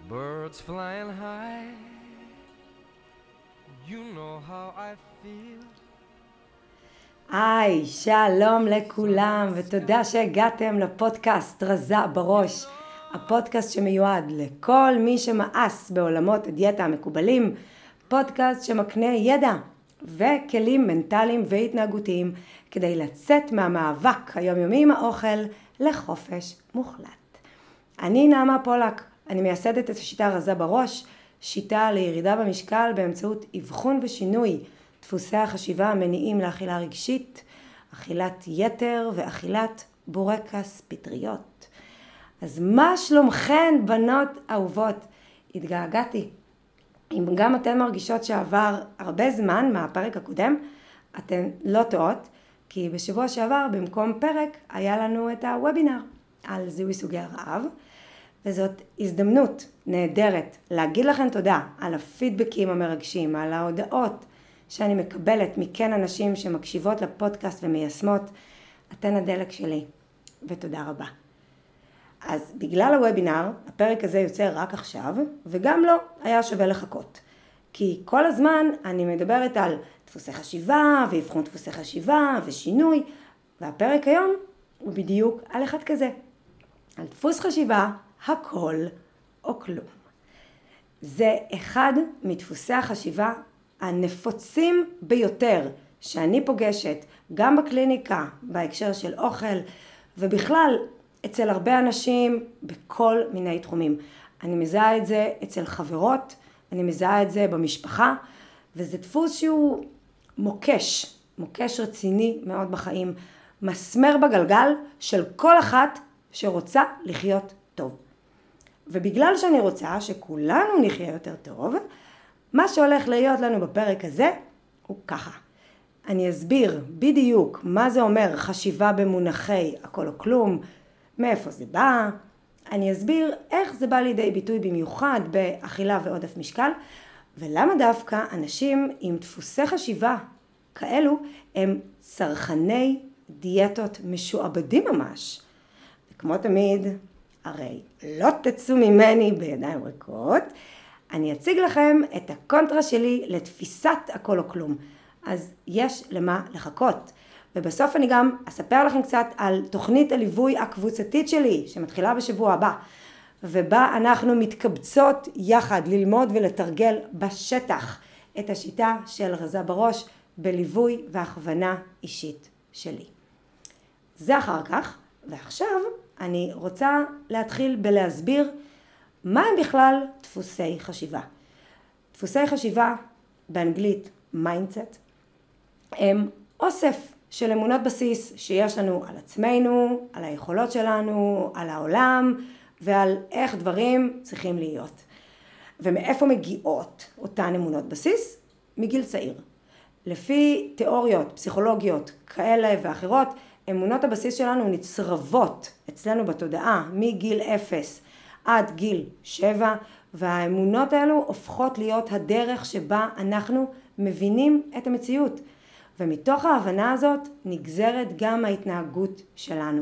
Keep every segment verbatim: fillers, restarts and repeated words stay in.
Birds flying high, you know how I feel. היי, שלום לכולם, ותודה שהגעתם לפודקאסט רזה בראש. הפודקאסט שמיועד לכל מי שמאס בעולמות הדיאטה המקובלים, פודקאסט שמקנה ידע וכלים מנטליים והתנהגותיים כדי לצאת מהמאבק היומיומי עם האוכל לחופש מוחלט. אני נעמה פולק, אני מייסדת את השיטה רזה בראש, שיטה לירידה במשקל באמצעות אבחון ושינוי דפוסי החשיבה המניעים לאכילה רגשית, אכילת יתר ואכילת בורקס פטריות. אז מה שלומכן בנות אהובות? התגעגעתי. אם גם אתן מרגישות שעבר הרבה זמן מהפרק הקודם, אתן לא טועות, כי בשבוע שעבר במקום פרק היה לנו את הוובינר על זיהוי סוגי הרעב, וזאת הזדמנות נהדרת להגיד לכם תודה על הפידבקים המרגשים, על ההודעות שאני מקבלת מכן אנשים שמקשיבות לפודקאסט ומיישמות. אתן הדלק שלי, ותודה רבה. אז בגלל הוובינר, הפרק הזה יוצא רק עכשיו, וגם לא היה שווה לחכות. כי כל הזמן אני מדברת על דפוסי חשיבה, ואבחון דפוסי חשיבה, ושינוי, והפרק היום הוא בדיוק על אחד כזה. על דפוס חשיבה, הכל או כלום. זה אחד מדפוסי החשיבה הנפוצים ביותר שאני פוגשת גם בקליניקה בהקשר של אוכל ובכלל אצל הרבה אנשים בכל מיני תחומים. אני מזהה את זה אצל חברות, אני מזהה את זה במשפחה, וזה דפוס שהוא מוקש, מוקש רציני מאוד בחיים, מסמר בגלגל של כל אחת שרוצה לחיות טוב. ובגלל שאני רוצה שכולנו נחיה יותר טוב, מה שהולך להיות לנו בפרק הזה הוא ככה. אני אסביר בדיוק מה זה אומר חשיבה במונחי הכל או כלום, מאיפה זה בא, אני אסביר איך זה בא לידי ביטוי במיוחד באכילה ועודף משקל, ולמה דווקא אנשים עם דפוסי חשיבה כאלו הם צרכני דיאטות משועבדים ממש. וכמו תמיד, הרי לא תצאו ממני בידיים ריקות, אני אציג לכם את הקונטרה שלי לתפיסת הכל או כלום. אז יש למה לחכות. ובסוף אני גם אספר לכם קצת על תוכנית הליווי הקבוצתית שלי, שמתחילה בשבוע הבא, ובה אנחנו מתקבצות יחד ללמוד ולתרגל בשטח את השיטה של רזה בראש בליווי והכוונה אישית שלי. זה אחר כך, ועכשיו אני רוצה להתחיל בלהסביר מה הם בכלל דפוסי חשיבה. דפוסי חשיבה באנגלית מיינדסט הם אוסף של אמונות בסיס שיש לנו על עצמנו, על היכולות שלנו, על העולם ועל איך דברים צריכים להיות. ומאיפה מגיעות אותן אמונות בסיס? מגיל צעיר. לפי תיאוריות פסיכולוגיות כאלה ואחרות, אמונות הבסיס שלנו נצרבות אצלנו בתודעה מגיל אפס עד גיל שבע, והאמונות האלו הופכות להיות הדרך שבה אנחנו מבינים את המציאות. ומתוך ההבנה הזאת נגזרת גם ההתנהגות שלנו.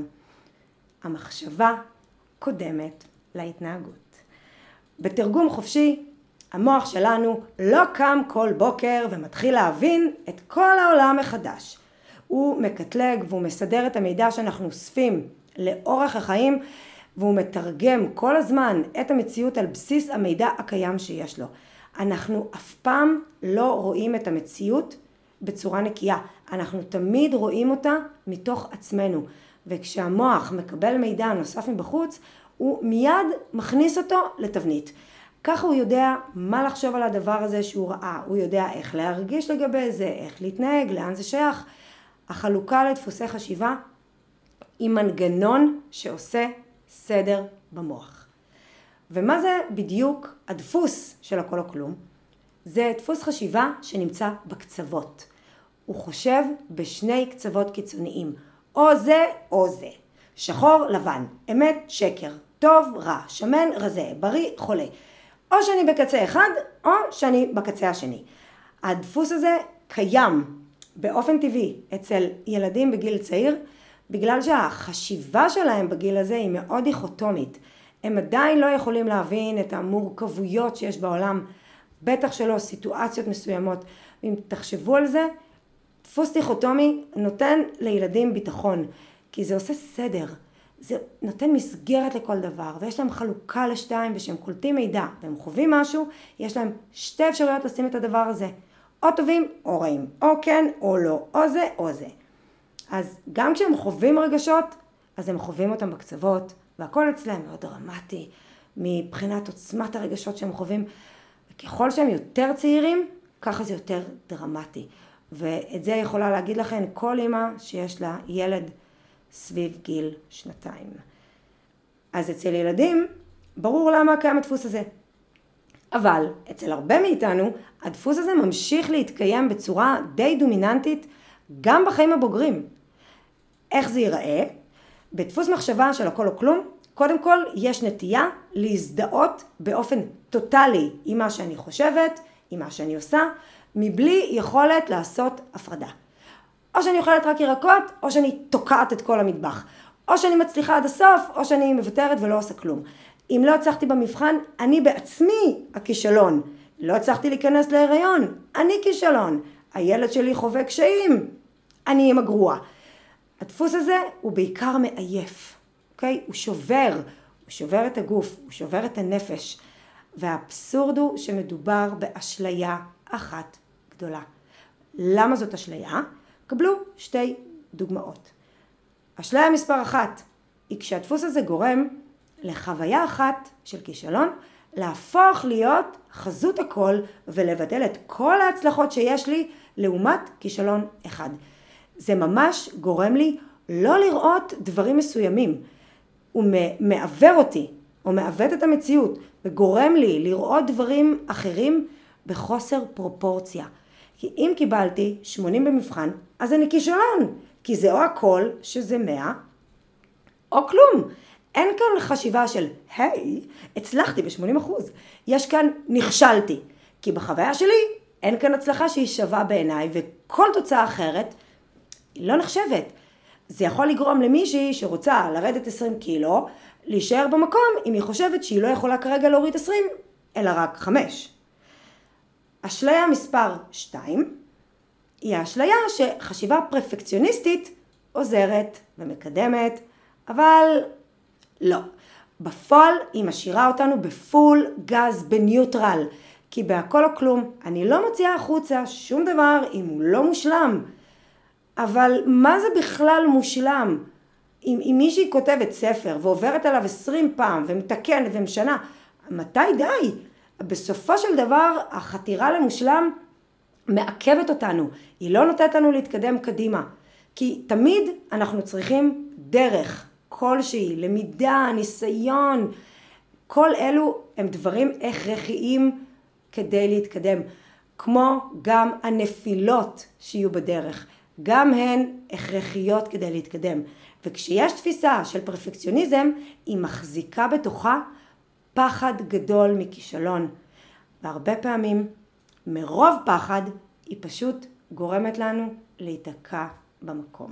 המחשבה קודמת להתנהגות. בתרגום חופשי, המוח שלנו לא קם כל בוקר ומתחיל להבין את כל העולם מחדש. הוא מקטלג והוא מסדר את המידע שאנחנו אוספים לאורך החיים, והוא מתרגם כל הזמן את המציאות על בסיס המידע הקיים שיש לו. אנחנו אף פעם לא רואים את המציאות בצורה נקייה. אנחנו תמיד רואים אותה מתוך עצמנו. וכשהמוח מקבל מידע נוסף מבחוץ, הוא מיד מכניס אותו לתבנית. ככה הוא יודע מה לחשוב על הדבר הזה שהוא ראה. הוא יודע איך להרגיש לגבי זה, איך להתנהג, לאן זה שייך. החלוקה לדפוסי חשיבה היא מנגנון שעושה סדר במוח. ומה זה בדיוק הדפוס של הכל או כלום? זה דפוס חשיבה שנמצא בקצוות. הוא חושב בשני קצוות קיצוניים, או זה או זה, שחור לבן, אמת שקר, טוב רע, שמן רזה, בריא חולה, או שאני בקצה אחד או שאני בקצה השני. הדפוס הזה קיים באופן טבעי אצל ילדים בגיל צעיר, בגלל שהחשיבה שלהם בגיל הזה היא מאוד דיכוטומית. הם עדיין לא יכולים להבין את המורכבויות שיש בעולם, בטח שלא סיטואציות מסוימות. אם תחשבו על זה, דפוס דיכוטומי נותן לילדים ביטחון, כי זה עושה סדר, זה נותן מסגרת לכל דבר, ויש להם חלוקה לשתיים, ושהם קולטים מידע והם חווים משהו, יש להם שתי אפשרויות לשים את הדבר הזה, או טובים או רעים, או כן או לא, או זה או זה. אז גם כשהם חווים רגשות, אז הם חווים אותם בקצוות, והכל אצלם מאוד דרמטי, מבחינת עוצמת הרגשות שהם חווים, וככל שהם יותר צעירים, ככה זה יותר דרמטי. ואת זה יכולה להגיד לכם כל אמא שיש לה ילד סביב גיל שנתיים. אז אצל ילדים, ברור למה קיים הדפוס הזה. אבל אצל הרבה מאיתנו, הדפוס הזה ממשיך להתקיים בצורה די דומיננטית, גם בחיים הבוגרים. איך זה ייראה? בדפוס מחשבה של הכל או כלום, קודם כל יש נטייה להזדהות באופן טוטלי עם מה שאני חושבת, עם מה שאני עושה, מבלי יכולת לעשות הפרדה. או שאני אוכלת רק ירקות, או שאני תוקעת את כל המטבח. או שאני מצליחה עד הסוף, או שאני מוותרת ולא עושה כלום. אם לא הצלחתי במבחן, אני בעצמי הכישלון. לא הצלחתי להיכנס להיריון, אני כישלון. הילד שלי חווה קשיים, אני עם הגרוע. הדפוס הזה הוא בעיקר מעייף, אוקיי? הוא שובר, הוא שובר את הגוף, הוא שובר את הנפש. והאבסורד הוא שמדובר באשליה אחת גדולה. למה זאת אשליה? קבלו שתי דוגמאות. אשליה מספר אחת היא כשהדפוס הזה גורם לחוויה אחת של כישלון, להפוך להיות חזות הכל ולבטל את כל ההצלחות שיש לי לעומת כישלון אחד. זה ממש גורם לי לא לראות דברים מסוימים. הוא מעוור אותי או מעוות את המציאות וגורם לי לראות דברים אחרים בחוסר פרופורציה. כי אם קיבלתי שמונים במבחן, אז אני כישלון. כי זה או הכל שזה מאה, או כלום. אין כאן חשיבה של, היי, הצלחתי ב-שמונים אחוז. יש כאן נכשלתי. כי בחוויה שלי אין כאן הצלחה שהיא שווה בעיניי, וכל תוצאה אחרת היא לא נחשבת. זה יכול לגרום למישהי שרוצה לרדת עשרים קילו, להישאר במקום אם היא חושבת שהיא לא יכולה כרגע להוריד עשרים, אלא רק חמש. אשליה מספר שתיים היא האשליה שחשיבה פרפקציוניסטית עוזרת ומקדמת, אבל לא. בפועל היא משאירה אותנו בפול גז, בניוטרל, כי בהכל או כלום אני לא מוציאה החוצה שום דבר אם הוא לא מושלם. אבל מה זה בכלל מושלם? אם, אם מישהי כותבת ספר ועוברת עליו עשרים פעם ומתקנת ומשנה, מתי די? בסופו של דבר החתירה למושלם מעכבת אותנו, היא לא נותנת לנו להתקדם קדימה, כי תמיד אנחנו צריכים דרך כלשהי, למידה, ניסיון, כל אלו הם דברים הכרחיים כדי להתקדם, כמו גם הנפילות שיהיו בדרך, גם הן הכרחיות כדי להתקדם, וכשיש תפיסה של פרפקציוניזם, היא מחזיקה בתוכה פחד גדול מכישלון, והרבה פעמים מרוב פחד היא פשוט גורמת לנו להיתקע במקום.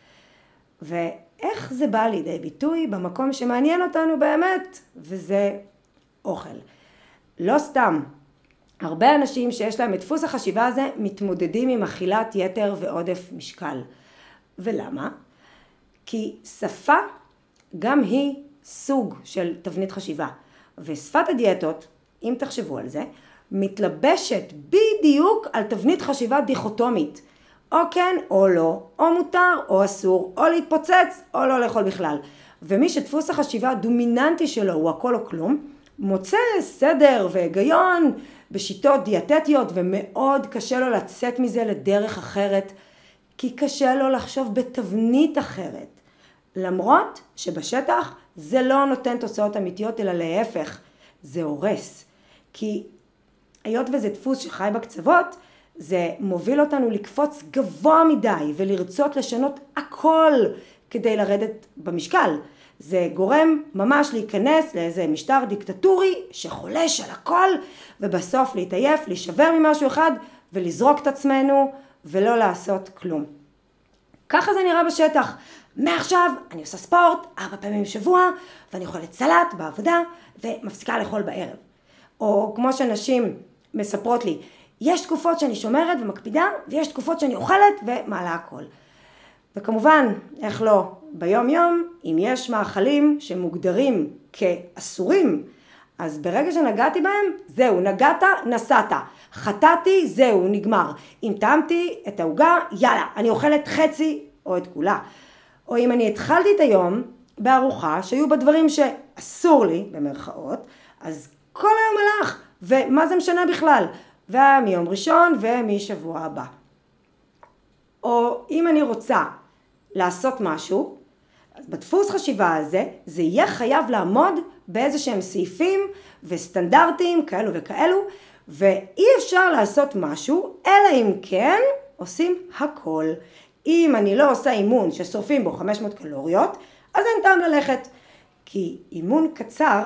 ואיך זה בא לידי ביטוי במקום שמעניין אותנו באמת, וזה אוכל. לא סתם, הרבה אנשים שיש להם את דפוס החשיבה הזה מתמודדים עם אכילת יתר ועודף משקל. ולמה? כי שפה גם היא סוג של תבנית חשיבה. ושפת הדיאטות, אם תחשבו על זה, מתלבשת בדיוק על תבנית חשיבה דיכוטומית. או כן או לא, או מותר או אסור, או להתפוצץ או לא לאכול בכלל. ומי שדפוס החשיבה הדומיננטי שלו הוא הכל או כלום, מוצא סדר והיגיון בשיטות דיאטטיות, ומאוד קשה לו לצאת מזה לדרך אחרת, כי קשה לו לחשוב בתבנית אחרת. למרות שבשטח זה לא נותן תוצאות אמיתיות, אלא להפך, זה הורס. כי היות וזה דפוס שחי בקצוות, זה מוביל אותנו לקפוץ גבוה מדי ולרצות לשנות הכל כדי לרדת במשקל. זה גורם ממש להיכנס לאיזה משטר דיקטטורי שחולש על הכל, ובסוף להתעייף, להישבר ממשהו אחד ולזרוק את עצמנו ולא לעשות כלום. ככה זה נראה בשטח. מעכשיו אני עושה ספורט ארבע פעמים בשבוע, ואני אוכלת סלט בעבודה, ומפסיקה לאכול בערב. או כמו שנשים מספרות לי, יש תקופות שאני שומרת ומקפידה, ויש תקופות שאני אוכלת ומעלה הכל. וכמובן, איך לא, ביום יום, אם יש מאכלים שמוגדרים כאסורים, אז ברגע שנגעתי בהם, זהו, נגעת, נסעת. חטאתי, זהו, נגמר. אם טעמתי את העוגה, יאללה, אני אוכלת חצי או את כולה. או אם אני התחלתי את היום בארוחה שהיו בדברים שאסור לי, במרכאות, אז כל היום הלך, ומה זה משנה בכלל? ומיום ראשון ומשבוע הבא. או אם אני רוצה לעשות משהו, אז בדפוס חשיבה הזה, זה יהיה חייב לעמוד באיזה שהם סעיפים וסטנדרטים כאלו וכאלו, ואי אפשר לעשות משהו, אלא אם כן עושים הכל. אם אני לא עושה אימון ששורפים בו חמש מאות קלוריות, אז אין טעם ללכת. כי אימון קצר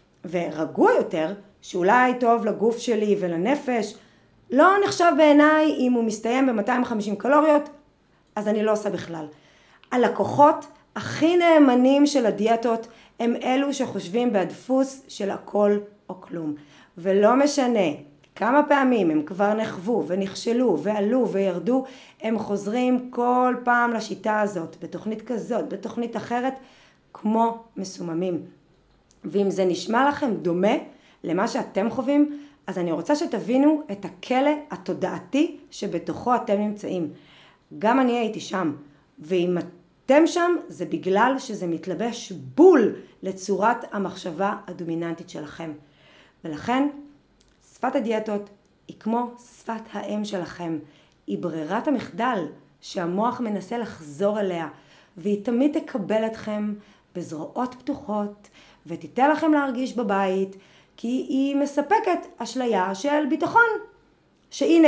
ורגוע יותר, שאולי טוב לגוף שלי ולנפש, לא נחשב בעיניי אם הוא מסתיים ב-מאתיים וחמישים קלוריות, אז אני לא עושה בכלל. הלקוחות הכי נאמנים של הדיאטות הם אלו שחושבים בדפוס של הכל או כלום. ולא משנה כמה פעמים הם כבר נחוו ונכשלו ועלו וירדו, הם חוזרים כל פעם לשיטה הזאת, בתוכנית כזאת, בתוכנית אחרת, כמו מסוממים. ואם זה נשמע לכם דומה למה שאתם חווים, אז אני רוצה שתבינו את הכלא התודעתי שבתוכו אתם נמצאים. גם אני הייתי שם, ואם אתם שם זה בגלל שזה מתלבש בול לצורת המחשבה הדומיננטית שלכם. ולכן שפת הדיאטות היא כמו שפת האם שלכם, היא ברירת המחדל שהמוח מנסה לחזור אליה, והיא תמיד תקבל אתכם בזרועות פתוחות ותיתן לכם להרגיש בבית, כי היא מספקת אשליה של ביטחון, שהנה,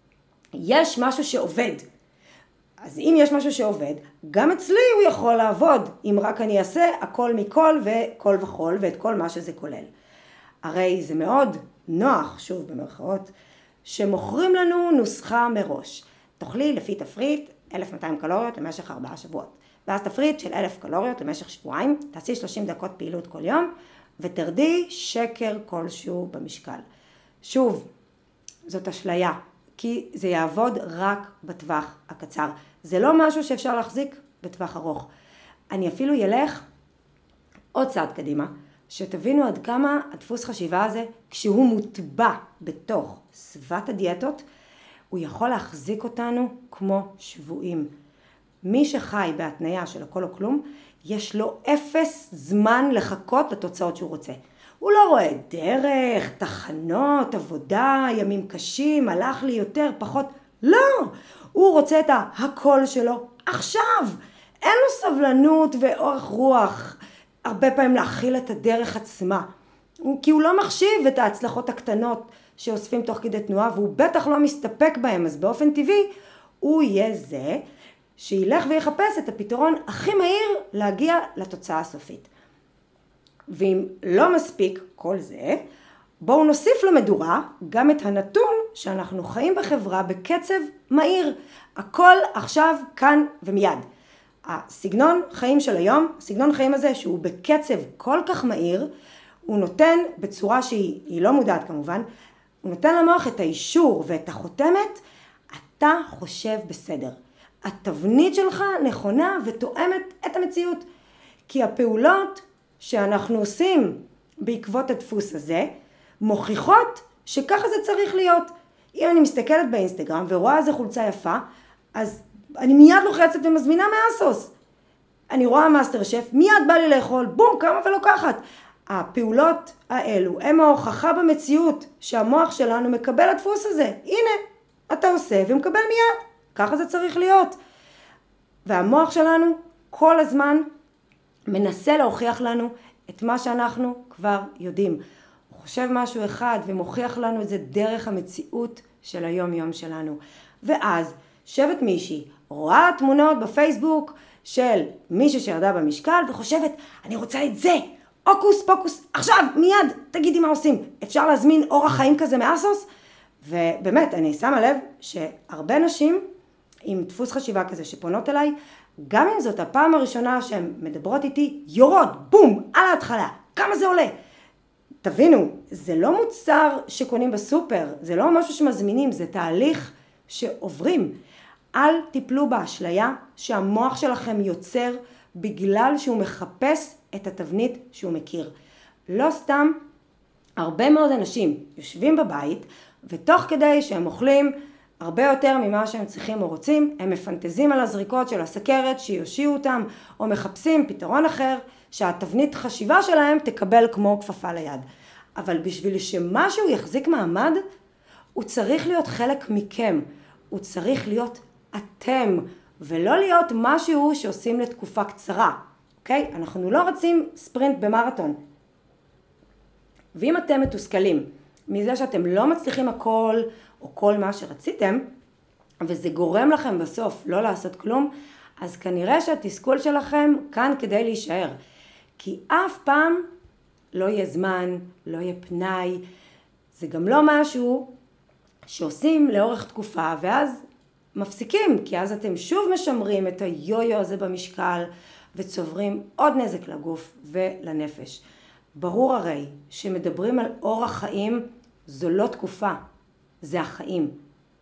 יש משהו שעובד. אז אם יש משהו שעובד, גם אצלי הוא יכול לעבוד, אם רק אני אעשה הכל מכל וכל וכל ואת כל מה שזה כולל. הרי זה מאוד נוח, שוב במרכאות, שמוכרים לנו נוסחה מראש. תאכלי לפי תפריט אלף ומאתיים קלוריות למשך ארבעה שבועות. ואז תפריט של אלף קלוריות למשך שבועיים, תעשי שלושים דקות פעילות כל יום, ותרדי שקר כלשהו במשקל. שוב, זאת אשליה, כי זה יעבוד רק בטווח הקצר. זה לא משהו שאפשר להחזיק בטווח ארוך. אני אפילו ילך עוד צעד קדימה, שתבינו עד כמה הדפוס חשיבה הזה, כשהוא מוטבע בתוך שפת הדיאטות, הוא יכול להחזיק אותנו כמו שבועים. מי שחי בהתניה של הכל או כלום, יש לו אפס זמן לחכות לתוצאות שהוא רוצה. הוא לא רואה דרך, תחנות, עבודה, ימים קשים, הלך לי יותר, פחות. לא! הוא רוצה את הכל שלו עכשיו. אין לו סבלנות ואורך רוח. הרבה פעמים להכיל את הדרך עצמה. כי הוא לא מחשיב את ההצלחות הקטנות שאוספים תוך כדי תנועה, והוא בטח לא מסתפק בהם, אז באופן טבעי הוא יהיה זה שילך ויחפש את הפתרון הכי מהיר להגיע לתוצאה הסופית. ואם לא מספיק כל זה, בואו נוסיף למדורה גם את הנתון שאנחנו חיים בחברה בקצב מהיר. הכל עכשיו, כאן ומיד. הסגנון חיים של היום, הסגנון חיים הזה שהוא בקצב כל כך מהיר, הוא נותן בצורה שהיא לא מודעת כמובן, הוא נותן למוח את האישור ואת החותמת, אתה חושב בסדר. התבנית שלך נכונה ותואמת את המציאות. כי הפעולות שאנחנו עושים בעקבות הדפוס הזה, מוכיחות שככה זה צריך להיות. אם אני מסתכלת באינסטגרם ורואה איזה חולצה יפה, אז אני מיד לוחצת ומזמינה מאסוס. אני רואה מאסטר שף, מיד בא לי לאכול, בום, כמה ולוקחת. הפעולות האלו הם ההוכחה במציאות שהמוח שלנו מקבל הדפוס הזה. הנה, אתה עושה ומקבל מיד. ככה זה צריך להיות. והמוח שלנו כל הזמן מנסה להוכיח לנו את מה שאנחנו כבר יודעים. הוא חושב משהו אחד ומוכיח לנו את זה דרך המציאות של היום יום שלנו. ואז שבת מישהי רואה תמונות בפייסבוק של מישהי שירדה במשקל וחושבת, אני רוצה את זה, אוקוס פוקוס, עכשיו מיד תגידי מה עושים. אפשר להזמין אורח חיים כזה מאסוס? ובאמת אני שמה לב שהרבה נשים עם דפוס חשיבה כזה שפונות אליי, גם אם זאת הפעם הראשונה שהן מדברות איתי, יורד, בום, על ההתחלה, כמה זה עולה? תבינו, זה לא מוצר שקונים בסופר, זה לא משהו שמזמינים, זה תהליך שעוברים. אל תיפלו באשליה שהמוח שלכם יוצר בגלל שהוא מחפש את התבנית שהוא מכיר. לא סתם, הרבה מאוד אנשים יושבים בבית, ותוך כדי שהם אוכלים הרבה יותר ממה שהם צריכים או רוצים, הם מפנטזים על הזריקות של הסכרת שיושיעו אותם, או מחפשים פתרון אחר שהתבנית חשיבה שלהם תקבל כמו כפפה ליד. אבל בשביל שמשהו יחזיק מעמד, הוא צריך להיות חלק מכם, הוא צריך להיות אתם, ולא להיות משהו שעושים לתקופה קצרה, אוקיי? אנחנו לא רצים ספרינט במרתון. ואם אתם מתוסכלים מזה שאתם לא מצליחים הכל או כל מה שרציתם, וזה גורם לכם בסוף לא לעשות כלום, אז כנראה שהתסכול שלכם כאן כדי להישאר. כי אף פעם לא יהיה זמן, לא יהיה פנאי, זה גם לא משהו שעושים לאורך תקופה ואז מפסיקים, כי אז אתם שוב משמרים את היו-יו הזה במשקל וצוברים עוד נזק לגוף ולנפש. ברור הרי שמדברים על אורח חיים, זו לא תקופה, זה החיים.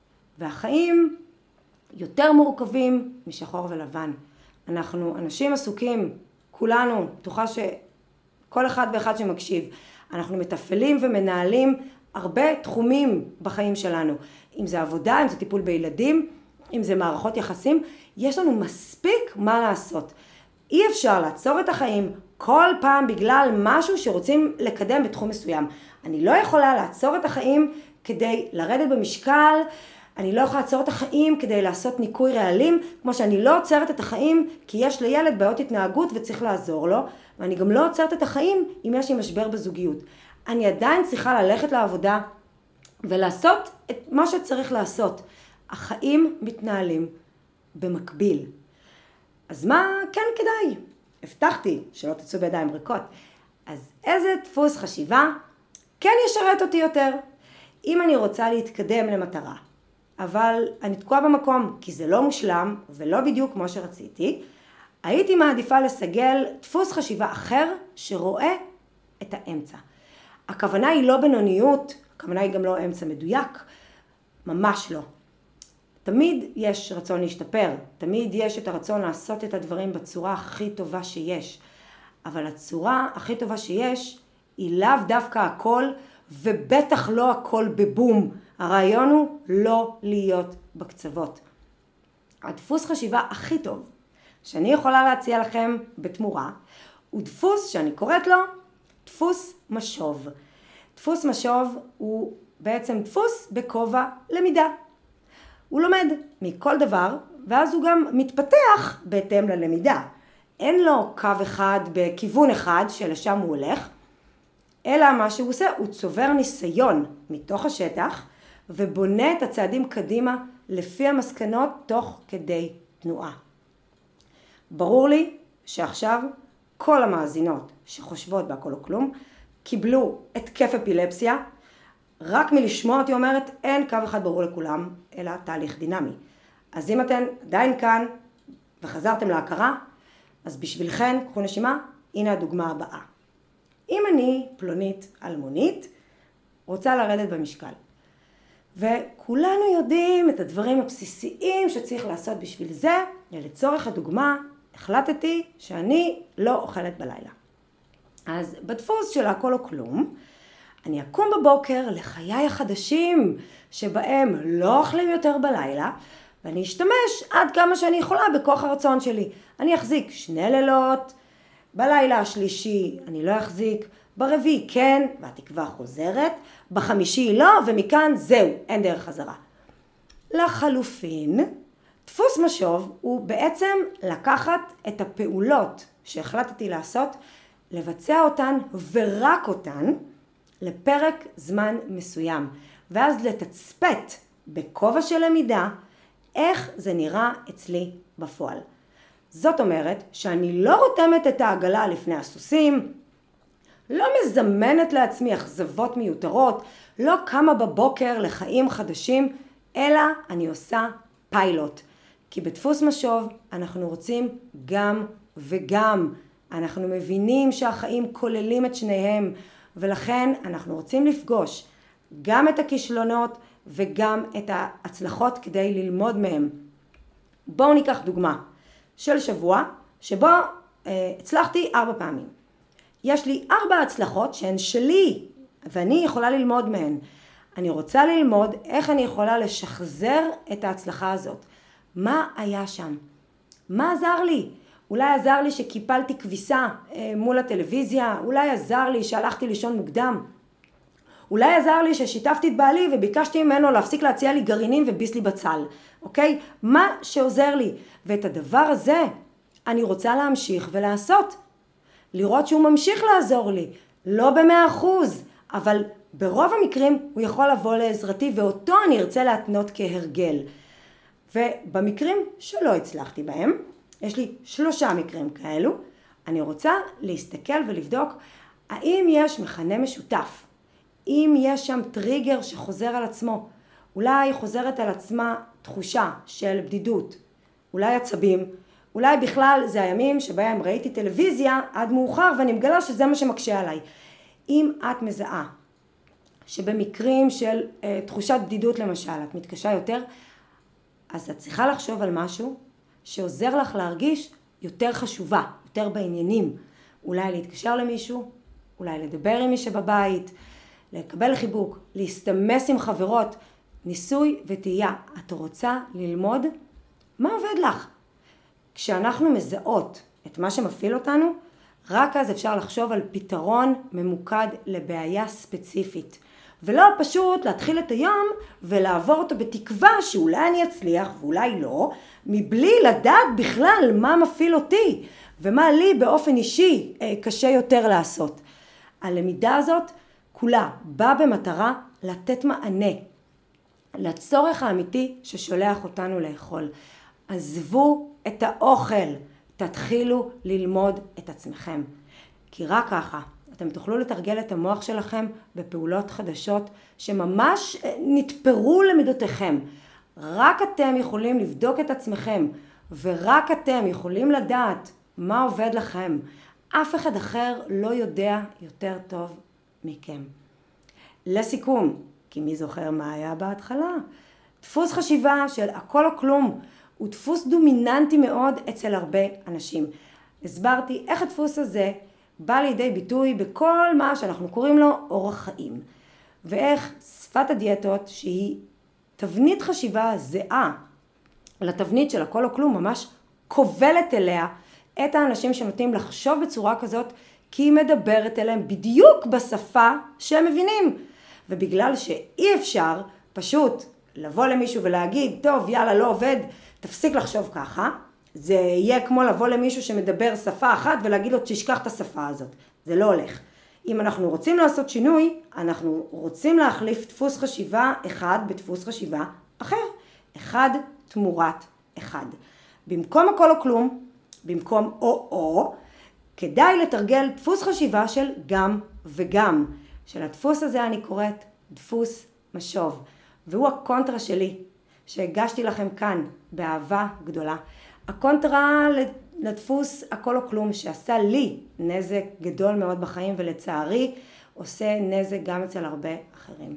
והחיים יותר מורכבים משחור ולבן. אנחנו אנשים עסוקים, כולנו, בטוחה שכל אחד ואחד שמקשיב, אנחנו מתפעלים ומנהלים הרבה תחומים בחיים שלנו. אם זה עבודה, אם זה טיפול בילדים, אם זה מערכות יחסים, יש לנו מספיק מה לעשות. אי אפשר לעצור את החיים כל פעם בגלל משהו שרוצים לקדם בתחום מסוים. אני לא יכולה לעצור את החיים כדי לרדת במשקל, אני לא יכולה לעצור את החיים כדי לעשות ניקוי רעלים, כמו שאני לא עוצרת את החיים כי יש לילד בעיות התנהגות וצריך לעזור לו, ואני גם לא עוצרת את החיים אם יש לי משבר בזוגיות. אני עדיין צריכה ללכת לעבודה ולעשות את מה שצריך לעשות. החיים מתנהלים במקביל. אז מה כן כדאי? הבטחתי שלא תצאו בידיים ריקות. אז איזה דפוס חשיבה כן ישרת אותי יותר? אם אני רוצה להתקדם למטרה, אבל אני תקועה במקום כי זה לא מושלם ולא בדיוק כמו שרציתי, הייתי מעדיפה לסגל דפוס חשיבה אחר שרואה את האמצע. הכוונה היא לא בינוניות, הכוונה היא גם לא אמצע מדויק, ממש לא. תמיד יש רצון להשתפר, תמיד יש את הרצון לעשות את הדברים בצורה הכי טובה שיש, אבל הצורה הכי טובה שיש היא לאו דווקא הכל, ובטח לא הכל בבום. הרעיון הוא לא להיות בקצוות. הדפוס חשיבה הכי טוב שאני יכולה להציע לכם בתמורה, הוא דפוס שאני קוראת לו דפוס משוב. דפוס משוב הוא בעצם דפוס בכובע למידה. הוא לומד מכל דבר, ואז הוא גם מתפתח בהתאם ללמידה. אין לו קו אחד בכיוון אחד שלשם הוא הולך, אלא מה שהוא עושה, הוא צובר ניסיון מתוך השטח, ובונה את הצעדים קדימה לפי המסקנות תוך כדי תנועה. ברור לי שעכשיו כל המאזינות שחושבות בהכל או כלום, קיבלו התקף אפילפסיה, רק מלשמוע אותי אומרת, אין קו אחד ברור לכולם, אלא תהליך דינמי. אז אם אתן עדיין כאן וחזרתם להכרה, אז בשבילכן, קחו נשימה, הנה הדוגמה הבאה. אם אני פלונית אלמונית, רוצה לרדת במשקל. וכולנו יודעים את הדברים הבסיסיים שצריך לעשות בשביל זה, ולצורך הדוגמה, החלטתי שאני לא אוכלת בלילה. אז בדפוס של הכל או כלום, אני אקום בבוקר לחיי החדשים שבהם לא אוכלים יותר בלילה, ואני אשתמש עד כמה שאני יכולה בכוח הרצון שלי. אני אחזיק שני לילות, בלילה השלישי אני לא אחזיק, ברביעי כן, והתקווה חוזרת, בחמישי לא, ומכאן זהו, אין דרך חזרה. לחלופין, דפוס משוב הוא בעצם לקחת את הפעולות שהחלטתי לעשות, לבצע אותן ורק אותן לפרק זמן מסוים, ואז לתצפת בכובע של למידה איך זה נראה אצלי בפועל. זאת אומרת שאני לא רותמת את העגלה לפני הסוסים, לא מזמנת לעצמי אכזבות מיותרות, לא קמה בבוקר לחיים חדשים, אלא אני עושה פיילוט. כי בדפוס משוב אנחנו רוצים גם וגם. אנחנו מבינים שהחיים כוללים את שניהם, ולכן אנחנו רוצים לפגוש גם את הכישלונות וגם את ההצלחות כדי ללמוד מהם. בואו ניקח דוגמה של שבוע שבו אה, הצלחתי ארבע פעמים. יש לי ארבע הצלחות שהן שלי ואני יכולה ללמוד מהן. אני רוצה ללמוד איך אני יכולה לשחזר את ההצלחה הזאת. מה היה שם? מה עזר לי? אולי עזר לי שקיפלתי כביסה אה, מול הטלוויזיה, אולי עזר לי שהלכתי לישון מוקדם. אולי עזר לי ששיתפתי את בעלי וביקשתי ממנו להפסיק להציע לי גרעינים וביס לי בצל. אוקיי? מה שעוזר לי. ואת הדבר הזה אני רוצה להמשיך ולעשות. לראות שהוא ממשיך לעזור לי. לא במאה אחוז, אבל ברוב המקרים הוא יכול לבוא לעזרתי ואותו אני ארצה להתנות כהרגל. ובמקרים שלא הצלחתי בהם, יש לי שלושה מקרים כאלו, אני רוצה להסתכל ולבדוק האם יש מכנה משותף. אם יש שם טריגר שחוזר על עצמו, אולי חוזרת על עצמה תחושה של בדידות, אולי עצבים, אולי בכלל זה הימים שבהם ראיתי טלוויזיה עד מאוחר ואני מגלה שזה מה שמקשה עליי. אם את מזהה שבמקרים של אה, תחושת בדידות למשל, את מתקשה יותר, אז את צריכה לחשוב על משהו שעוזר לך להרגיש יותר חשובה, יותר בעניינים. אולי להתקשר למישהו, אולי לדבר עם מי שבבית, לקבל חיבוק, להסתמס עם חברות, ניסוי וטעייה. את רוצה ללמוד? מה עובד לך? כשאנחנו מזהות את מה שמפעיל אותנו, רק אז אפשר לחשוב על פתרון ממוקד לבעיה ספציפית. ולא פשוט להתחיל את היום ולעבור אותו בתקווה שאולי אני אצליח ואולי לא, מבלי לדעת בכלל מה מפעיל אותי ומה לי באופן אישי קשה יותר לעשות. הלמידה הזאת כולה באה במטרה לתת מענה לצורך האמיתי ששולח אותנו לאכול. עזבו את האוכל, תתחילו ללמוד את עצמכם. כי רק ככה אתם תוכלו לתרגל את המוח שלכם בפעולות חדשות שממש נתפרו למידותיכם. רק אתם יכולים לבדוק את עצמכם ורק אתם יכולים לדעת מה עובד לכם. אף אחד אחר לא יודע יותר טוב מכם. לסיכום, כי מי זוכר מה היה בהתחלה? דפוס חשיבה של הכל או כלום הוא דפוס דומיננטי מאוד אצל הרבה אנשים. הסברתי איך הדפוס הזה בא לידי ביטוי בכל מה שאנחנו קוראים לו אורח חיים. ואיך שפת הדיאטות שהיא תבנית חשיבה זהה לתבנית של הכל או כלום ממש כובלת אליה את האנשים שנוטים לחשוב בצורה כזאת כי היא מדברת אליהם בדיוק בשפה שהם מבינים. ובגלל שאי אפשר פשוט לבוא למישהו ולהגיד טוב יאללה לא עובד תפסיק לחשוב ככה, זה יהיה כמו לבוא למישהו שמדבר שפה אחת ולהגיד לו תשכח את השפה הזאת. זה לא הולך. אם אנחנו רוצים לעשות שינוי, אנחנו רוצים להחליף דפוס חשיבה אחד בדפוס חשיבה אחר. אחד תמורת אחד. במקום הכל או כלום, במקום או-או, כדאי לתרגל דפוס חשיבה של גם וגם. של הדפוס הזה אני קוראת דפוס משוב. והוא הקונטרה שלי, שהגשתי לכם כאן באהבה גדולה. הקונטרה לדפוס הכל או כלום שעשה לי נזק גדול מאוד בחיים ולצערי עושה נזק גם אצל הרבה אחרים.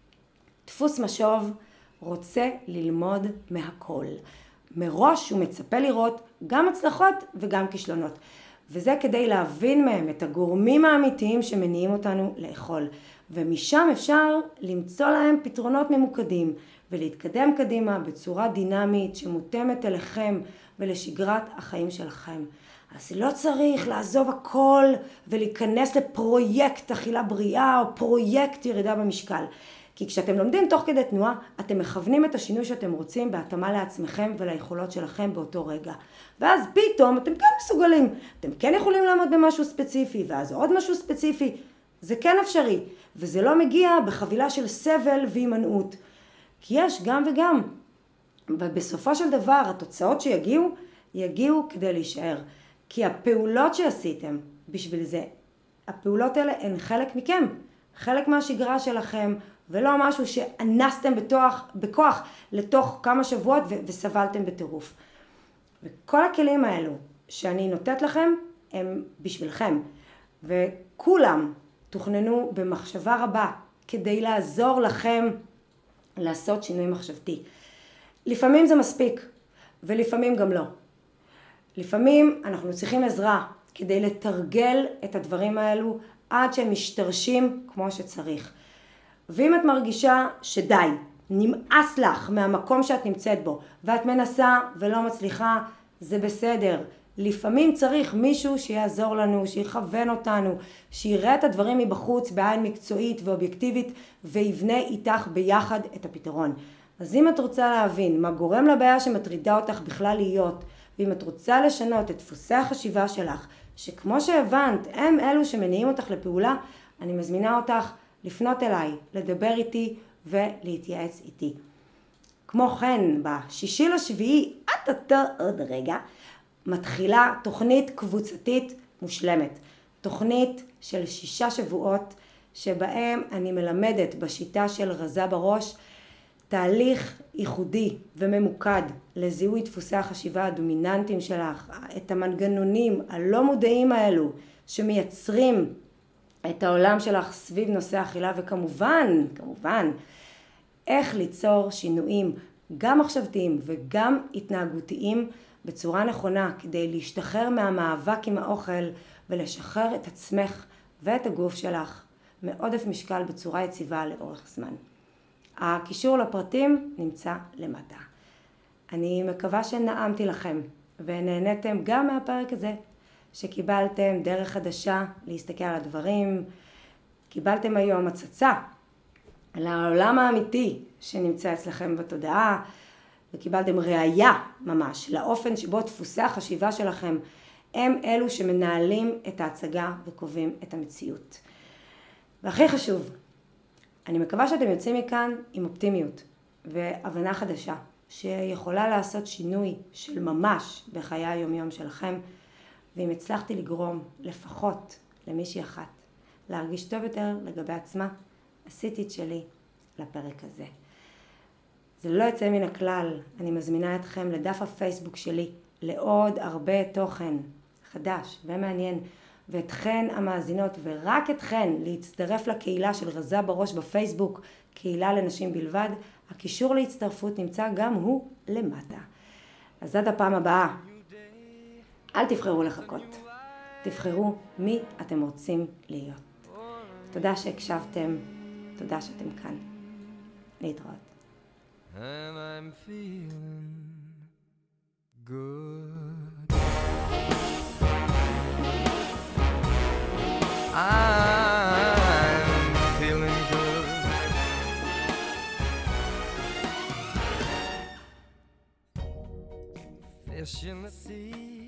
דפוס משוב רוצה ללמוד מהכל. מראש הוא מצפה לראות גם הצלחות וגם כישלונות. וזה כדי להבין מהם את הגורמים האמיתיים שמניעים אותנו לאכול. ומשם אפשר למצוא להם פתרונות ממוקדים ולהתקדם קדימה בצורה דינמית שמותאמת אליכם ולשגרת החיים שלכם. אז לא צריך לעזוב הכל ולהיכנס לפרויקט אכילה בריאה או פרויקט ירידה במשקל. כי כשאתם לומדים תוך כדי תנועה, אתם מכוונים את השינוי שאתם רוצים בהתאמה לעצמכם וליכולות שלכם באותו רגע. ואז פתאום אתם כן מסוגלים, אתם כן יכולים לעמוד במשהו ספציפי, ואז עוד משהו ספציפי. זה כן אפשרי, וזה לא מגיע בחבילה של סבל והימנעות. כי יש גם וגם. ובסופו של דבר, התוצאות שיגיעו, יגיעו כדי להישאר. כי הפעולות שעשיתם בשביל זה, הפעולות האלה הן חלק מכם. חלק מהשגרה שלכם, ולא משהו שאנסתם בתוך, בכוח לתוך כמה שבועות ו- וסבלתם בטירוף. וכל הכלים האלו שאני נותנת לכם הם בשבילכם, וכולם תוכננו במחשבה רבה כדי לעזור לכם לעשות שינוי מחשבתי. לפעמים זה מספיק, ולפעמים גם לא. לפעמים אנחנו צריכים עזרה כדי לתרגל את הדברים האלו עד שהם משתרשים כמו שצריך. ואם את מרגישה שדי, נמאס לך מהמקום שאת נמצאת בו, ואת מנסה ולא מצליחה, זה בסדר. לפעמים צריך מישהו שיעזור לנו, שיכוון אותנו, שיראה את הדברים מבחוץ בעין מקצועית ואובייקטיבית, ויבנה איתך ביחד את הפתרון. אז אם את רוצה להבין מה גורם לבעיה שמטרידה אותך בכלל להיות, ואם את רוצה לשנות את דפוסי החשיבה שלך, שכמו שהבנת, הם אלו שמניעים אותך לפעולה, אני מזמינה אותך לפנות אליי, לדבר איתי ולהתייעץ איתי. כמו כן, בשישי לשביעי, עד אותו עוד רגע, מתחילה תוכנית קבוצתית מושלמת. תוכנית של שישה שבועות, שבהם אני מלמדת בשיטה של רזה בראש, תהליך ייחודי וממוקד לזיהוי דפוסי החשיבה הדומיננטיים שלך, את המנגנונים הלא מודעים האלו שמייצרים את העולם שלך סביב נושא אכילה, וכמובן, כמובן, איך ליצור שינויים גם מחשבתיים וגם התנהגותיים בצורה נכונה כדי להשתחרר מהמאבק עם האוכל ולשחרר את עצמך ואת הגוף שלך מעודף משקל בצורה יציבה לאורך זמן. הקישור לפרטים נמצא למטה. אני מקווה שנעמתי לכם ונהניתם גם מהפרק הזה, שקיבלתם דרך חדשה להסתכל על הדברים, קיבלתם היום הצצה לעולם האמיתי שנמצא אצלכם בתודעה, וקיבלתם ראייה ממש לאופן שבו דפוסי החשיבה שלכם הם אלו שמנהלים את ההצגה וקובעים את המציאות. והכי חשוב, אני מקווה שאתם יוצאים מכאן עם אופטימיות והבנה חדשה שיכולה לעשות שינוי של ממש בחיי היומיום שלכם, ואם הצלחתי לגרום לפחות למישהי אחת להרגיש טוב יותר לגבי עצמה, עשיתי את שלי לפרק הזה. זה לא יצא מן הכלל, אני מזמינה אתכם לדף הפייסבוק שלי לעוד הרבה תוכן חדש ומעניין, ואתכן המאזינות ורק אתכן להצטרף לקהילה של רזה בראש בפייסבוק, קהילה לנשים בלבד. הקישור להצטרפות נמצא גם הוא למטה. אז עד הפעם הבאה, אל תבחרו לחכות, תבחרו מי אתם רוצים להיות. תודה שהקשבתם, תודה שאתם כאן. להתראות. And I'm feeling good. I'm feeling good. Fish in the sea.